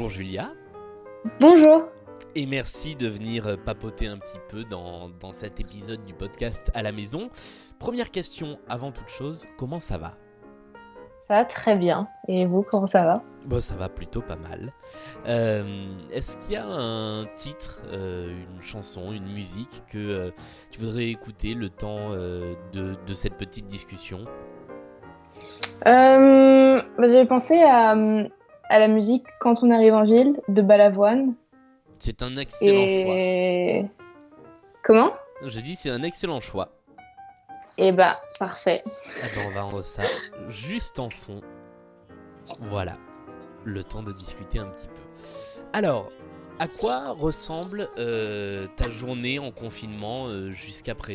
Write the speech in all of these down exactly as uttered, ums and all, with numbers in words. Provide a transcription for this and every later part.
Julia. Bonjour. Et merci de venir papoter un petit peu dans, dans cet épisode du podcast à la maison. Première question avant toute chose, comment ça va ? Ça va très bien. Et vous, comment ça va ? Bon, ça va plutôt pas mal. Euh, est-ce qu'il y a un titre, euh, une chanson, une musique que euh, tu voudrais écouter le temps euh, de, de cette petite discussion ? euh, bah, J'avais pensé à, à la musique Quand on arrive en ville de Balavoine. C'est un excellent choix. Et... Comment ? Je dis c'est un excellent choix. Eh bah, parfait. Ah ben on va rendre ça juste en fond. Voilà, le temps de discuter un petit peu. Alors, à quoi ressemble euh, ta journée en confinement euh, jusqu'à présent ?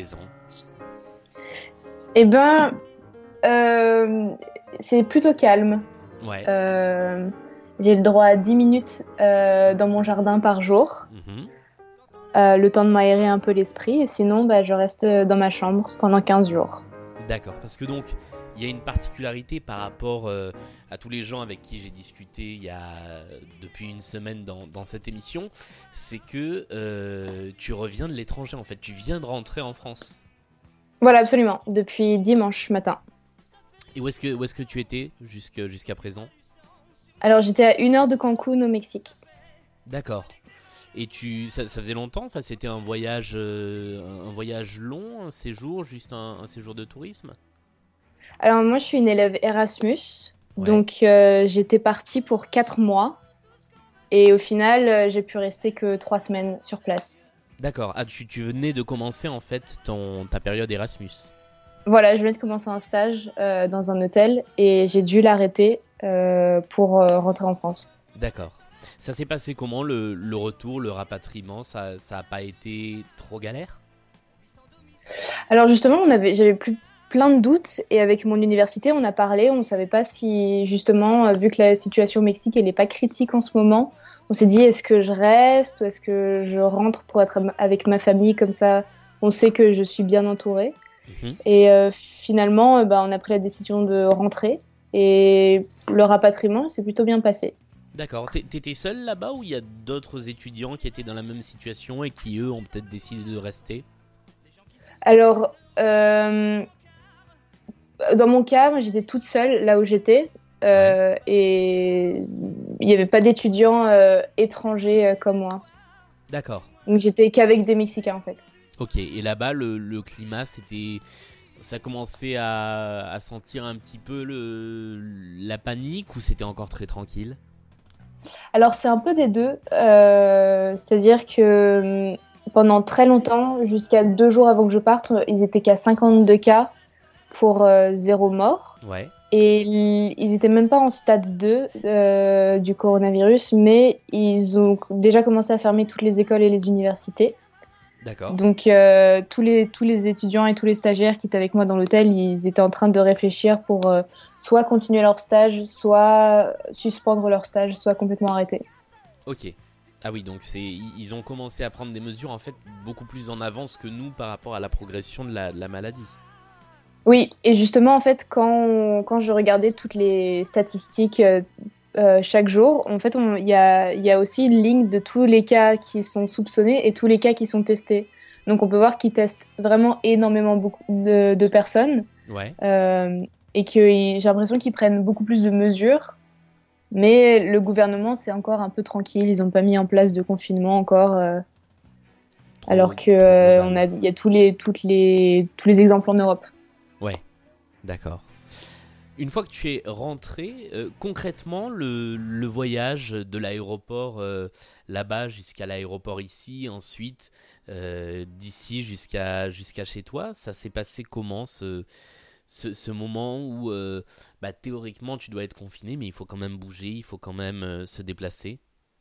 Eh ben, euh, c'est plutôt calme. Ouais. Euh, j'ai le droit à dix minutes euh, dans mon jardin par jour. Mm-hmm. Euh, le temps de m'aérer un peu l'esprit. Et sinon, bah, je reste dans ma chambre pendant quinze jours. D'accord, parce que donc, il y a une particularité par rapport euh, à tous les gens avec qui j'ai discuté il y a depuis une semaine dans, dans cette émission, c'est que euh, tu reviens de l'étranger en fait, tu viens de rentrer en France. Voilà, absolument, depuis dimanche matin. Et où est-ce que, où est-ce que tu étais jusqu'à, jusqu'à présent ? Alors, j'étais à une heure de Cancun au Mexique. D'accord. Et tu, ça, ça faisait longtemps ? Enfin, c'était un voyage, euh, un voyage long, un séjour, juste un, un séjour de tourisme ? Alors, moi, je suis une élève Erasmus. Ouais. Donc, euh, j'étais partie pour quatre mois. Et au final, euh, j'ai pu rester que trois semaines sur place. D'accord. Ah, tu, tu venais de commencer en fait ton, ta période Erasmus. Voilà, je venais de commencer un stage euh, dans un hôtel et j'ai dû l'arrêter euh, pour euh, rentrer en France. D'accord. Ça s'est passé comment le, le retour, le rapatriement ? Ça ça a pas été trop galère ? Alors justement, on avait, j'avais plus plein de doutes et avec mon université, on a parlé, on ne savait pas si justement, euh, vu que la situation au Mexique, elle n'est pas critique en ce moment, on s'est dit est-ce que je reste ou est-ce que je rentre pour être avec ma famille, comme ça on sait que je suis bien entourée. Mmh. Et euh, finalement, euh, bah, on a pris la décision de rentrer et le rapatriement s'est plutôt bien passé. D'accord. T'étais seul là-bas ou il y a d'autres étudiants qui étaient dans la même situation et qui eux ont peut-être décidé de rester ? Alors, euh, dans mon cas, moi, j'étais toute seule là où j'étais euh, ouais. Et il n'y avait pas d'étudiants euh, étrangers euh, comme moi. D'accord. Donc j'étais qu'avec des Mexicains en fait. Ok, et là-bas, le, le climat, c'était... Ça commençait à, à sentir un petit peu le, la panique ou c'était encore très tranquille ? Alors c'est un peu des deux, euh, c'est-à-dire que pendant très longtemps, jusqu'à deux jours avant que je parte, ils étaient qu'à cinquante-deux cas pour euh, zéro mort. Ouais. Et ils étaient même pas en stade deux euh, du coronavirus, mais ils ont déjà commencé à fermer toutes les écoles et les universités. D'accord. Donc euh, tous, les, tous les étudiants et tous les stagiaires qui étaient avec moi dans l'hôtel, ils étaient en train de réfléchir pour euh, soit continuer leur stage, soit suspendre leur stage, soit complètement arrêter. Ok. Ah oui, donc c'est, ils ont commencé à prendre des mesures en fait beaucoup plus en avance que nous par rapport à la progression de la, de la maladie. Oui, et justement en fait quand, quand je regardais toutes les statistiques euh, euh, chaque jour, en fait il y a, y a aussi une ligne de tous les cas qui sont soupçonnés et tous les cas qui sont testés. Donc on peut voir qu'ils testent vraiment énormément beaucoup de, de personnes. Ouais. Euh, et que j'ai l'impression qu'ils prennent beaucoup plus de mesures. Mais le gouvernement, c'est encore un peu tranquille. Ils n'ont pas mis en place de confinement encore. Euh, trop, alors qu'il euh, y a tous les, toutes les, tous les exemples en Europe. Ouais, d'accord. Une fois que tu es rentré, euh, concrètement, le, le voyage de l'aéroport euh, là-bas jusqu'à l'aéroport ici, ensuite euh, d'ici jusqu'à, jusqu'à chez toi, ça s'est passé comment ce, ce, ce moment où euh, bah, théoriquement tu dois être confiné, mais il faut quand même bouger, il faut quand même euh, se déplacer ?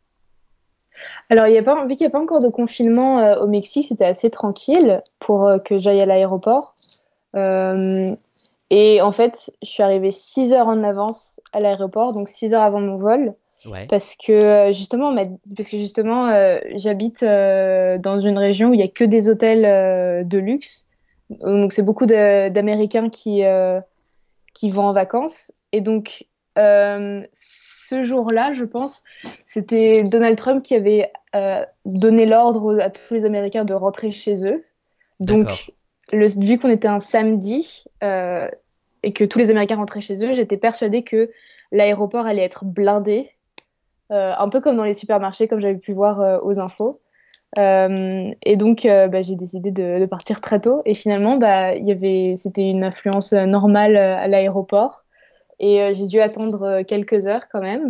Alors, y a pas, vu qu'il n'y a pas encore de confinement euh, au Mexique, c'était assez tranquille pour euh, que j'aille à l'aéroport. Euh, et en fait, je suis arrivée six heures en avance à l'aéroport, donc six heures avant mon vol. Ouais. Parce que justement, parce que justement euh, j'habite euh, dans une région où il n'y a que des hôtels euh, de luxe. Donc, c'est beaucoup de, d'Américains qui, euh, qui vont en vacances. Et donc, euh, ce jour-là, je pense, c'était Donald Trump qui avait euh, donné l'ordre à tous les Américains de rentrer chez eux. D'accord. Donc, le, vu qu'on était un samedi euh, et que tous les Américains rentraient chez eux, j'étais persuadée que l'aéroport allait être blindé, euh, un peu comme dans les supermarchés, comme j'avais pu voir euh, aux infos. Euh, et donc, euh, bah, j'ai décidé de, de partir très tôt. Et finalement, bah, il y avait, c'était une affluence euh, normale euh, à l'aéroport. Et euh, j'ai dû attendre euh, quelques heures quand même.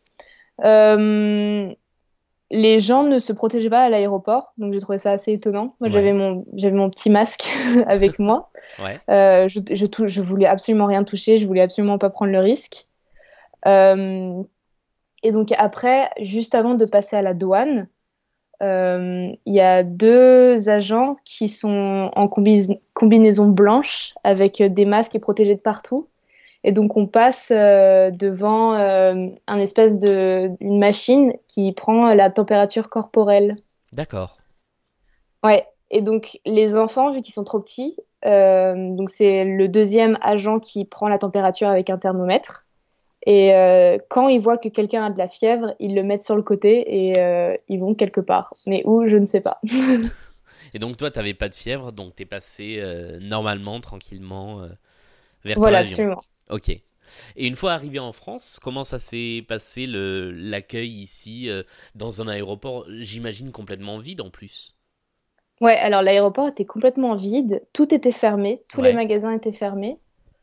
Euh, les gens ne se protégeaient pas à l'aéroport, donc j'ai trouvé ça assez étonnant. Moi, j'avais Ouais. mon, j'avais mon petit masque avec moi. Ouais. Euh, je, je, tou- je voulais absolument rien toucher, je voulais absolument pas prendre le risque. Euh, et donc après, juste avant de passer à la douane, euh, il y a deux agents qui sont en combi- combinaison blanche avec euh, des masques et protégés de partout. Et donc on passe euh, devant euh, un espèce de une machine qui prend la température corporelle. D'accord. Ouais. Et donc les enfants, vu qu'ils sont trop petits, euh, donc c'est le deuxième agent qui prend la température avec un thermomètre. Et euh, quand ils voient que quelqu'un a de la fièvre, ils le mettent sur le côté et euh, ils vont quelque part. Mais où, je ne sais pas. Et donc toi, t'avais pas de fièvre, donc t'es passé euh, normalement, tranquillement, euh, vers ton Voilà, avion. absolument. Ok. Et une fois arrivé en France, comment ça s'est passé le l'accueil ici euh, dans un aéroport, j'imagine complètement vide en plus. Ouais, alors l'aéroport était complètement vide, tout était fermé, tous les Ouais. magasins étaient fermés.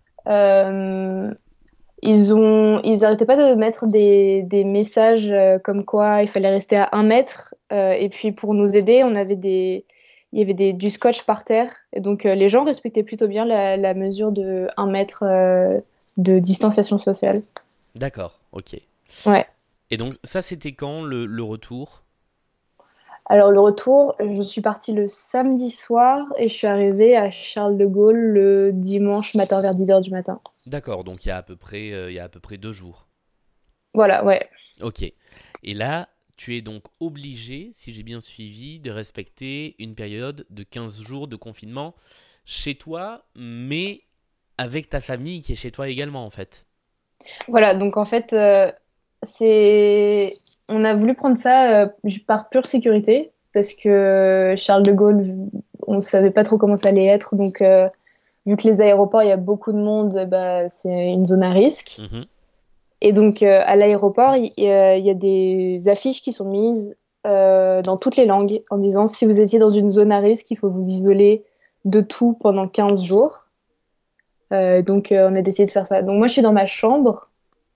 Euh, ils ont, ils arrêtaient pas de mettre des, des messages euh, comme quoi il fallait rester à un mètre. Euh, et puis pour nous aider, on avait des, il y avait des, du scotch par terre. Et donc euh, les gens respectaient plutôt bien la, la mesure de un mètre euh, de distanciation sociale. D'accord. Ok. Ouais. Et donc ça, c'était quand le, le retour? Alors le retour, je suis partie le samedi soir et je suis arrivée à Charles de Gaulle le dimanche matin vers dix heures du matin. D'accord. Donc il y a à peu près, euh, il y a à peu près deux jours. Voilà, ouais. Ok. Et là, tu es donc obligé, si j'ai bien suivi, de respecter une période de quinze jours de confinement chez toi, mais avec ta famille qui est chez toi également, en fait. Voilà, donc en fait, euh, c'est... on a voulu prendre ça euh, par pure sécurité parce que Charles de Gaulle, on ne savait pas trop comment ça allait être. Donc, euh, vu que les aéroports, il y a beaucoup de monde, bah, c'est une zone à risque. Mhm. Et donc, euh, à l'aéroport, il y, a il y a des affiches qui sont mises euh, dans toutes les langues en disant si vous étiez dans une zone à risque, il faut vous isoler de tout pendant quinze jours. Euh, donc, euh, on a décidé de faire ça. Donc, moi, je suis dans ma chambre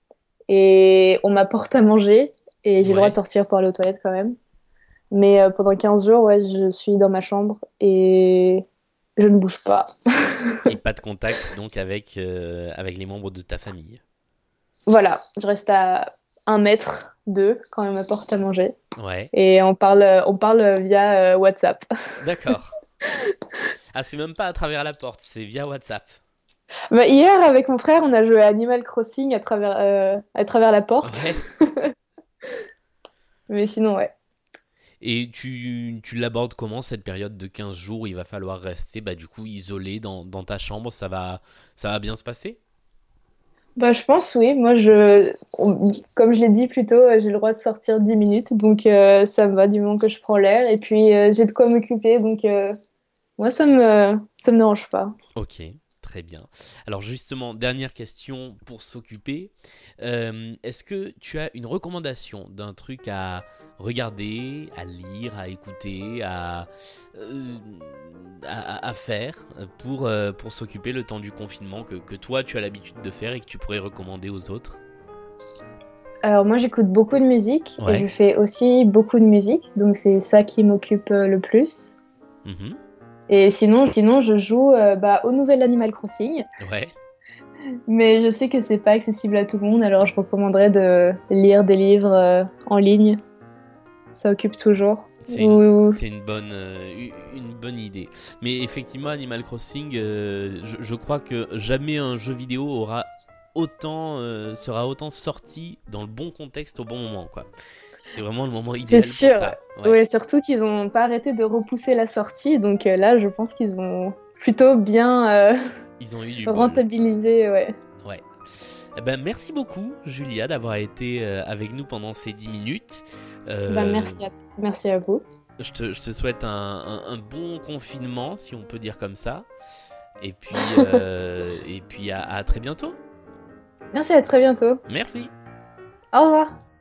et on m'apporte à manger et j'ai le droit de Ouais. sortir pour aller aux toilettes quand même. Mais euh, pendant quinze jours, ouais, je suis dans ma chambre et je ne bouge pas. Et pas de contact donc avec, euh, avec les membres de ta famille. Voilà, je reste à un mètre d'eux quand on m'apporte à manger. Ouais. Et on parle, on parle via euh, WhatsApp. D'accord. Ah, c'est même pas à travers la porte, c'est via WhatsApp. Bah, hier, avec mon frère, on a joué à Animal Crossing à travers, euh, à travers la porte. Ouais. Mais sinon, ouais. Et tu, tu l'abordes comment cette période de quinze jours où il va falloir rester bah, du coup isolé dans, dans ta chambre, ça va, ça va bien se passer? Bah, je pense, oui. Moi, je, on- comme je l'ai dit plus tôt, euh, j'ai le droit de sortir dix minutes. Donc, euh, ça me va du moment que je prends l'air. Et puis, euh, j'ai de quoi m'occuper. Donc, euh, moi, ça me, ça me dérange pas. Ok, très bien. Alors justement, dernière question pour s'occuper. Euh, est-ce que tu as une recommandation d'un truc à regarder, à lire, à écouter, à, euh, à, à faire pour, euh, pour s'occuper le temps du confinement que, que toi tu as l'habitude de faire et que tu pourrais recommander aux autres? Alors, moi, j'écoute beaucoup de musique et je Ouais. fais aussi beaucoup de musique. Donc, c'est ça qui m'occupe euh, le plus. Mhm. Et sinon, sinon je joue euh, bah, au nouvel Animal Crossing. Ouais. Mais je sais que c'est pas accessible à tout le monde. Alors, je recommanderais de lire des livres euh, en ligne. Ça occupe toujours. C'est une, Ou... c'est une bonne, euh, une bonne idée. Mais effectivement, Animal Crossing, euh, je, je crois que jamais un jeu vidéo aura autant, euh, sera autant sorti dans le bon contexte au bon moment, quoi. C'est vraiment le moment C'est idéal pour sûr. ça. Ouais. Ouais, surtout qu'ils ont pas arrêté de repousser la sortie. Donc euh, là, je pense qu'ils ont plutôt bien euh, Ils ont eu du bol. rentabilisé. Ouais. Ouais. Eh ben, merci beaucoup, Julia, d'avoir été euh, avec nous pendant ces dix minutes. Euh, Ben, merci, à, merci à vous. Je te, je te souhaite un, un, un bon confinement, si on peut dire comme ça. Et puis, euh, et puis à, à très bientôt. Merci, à très bientôt. Merci. Au revoir.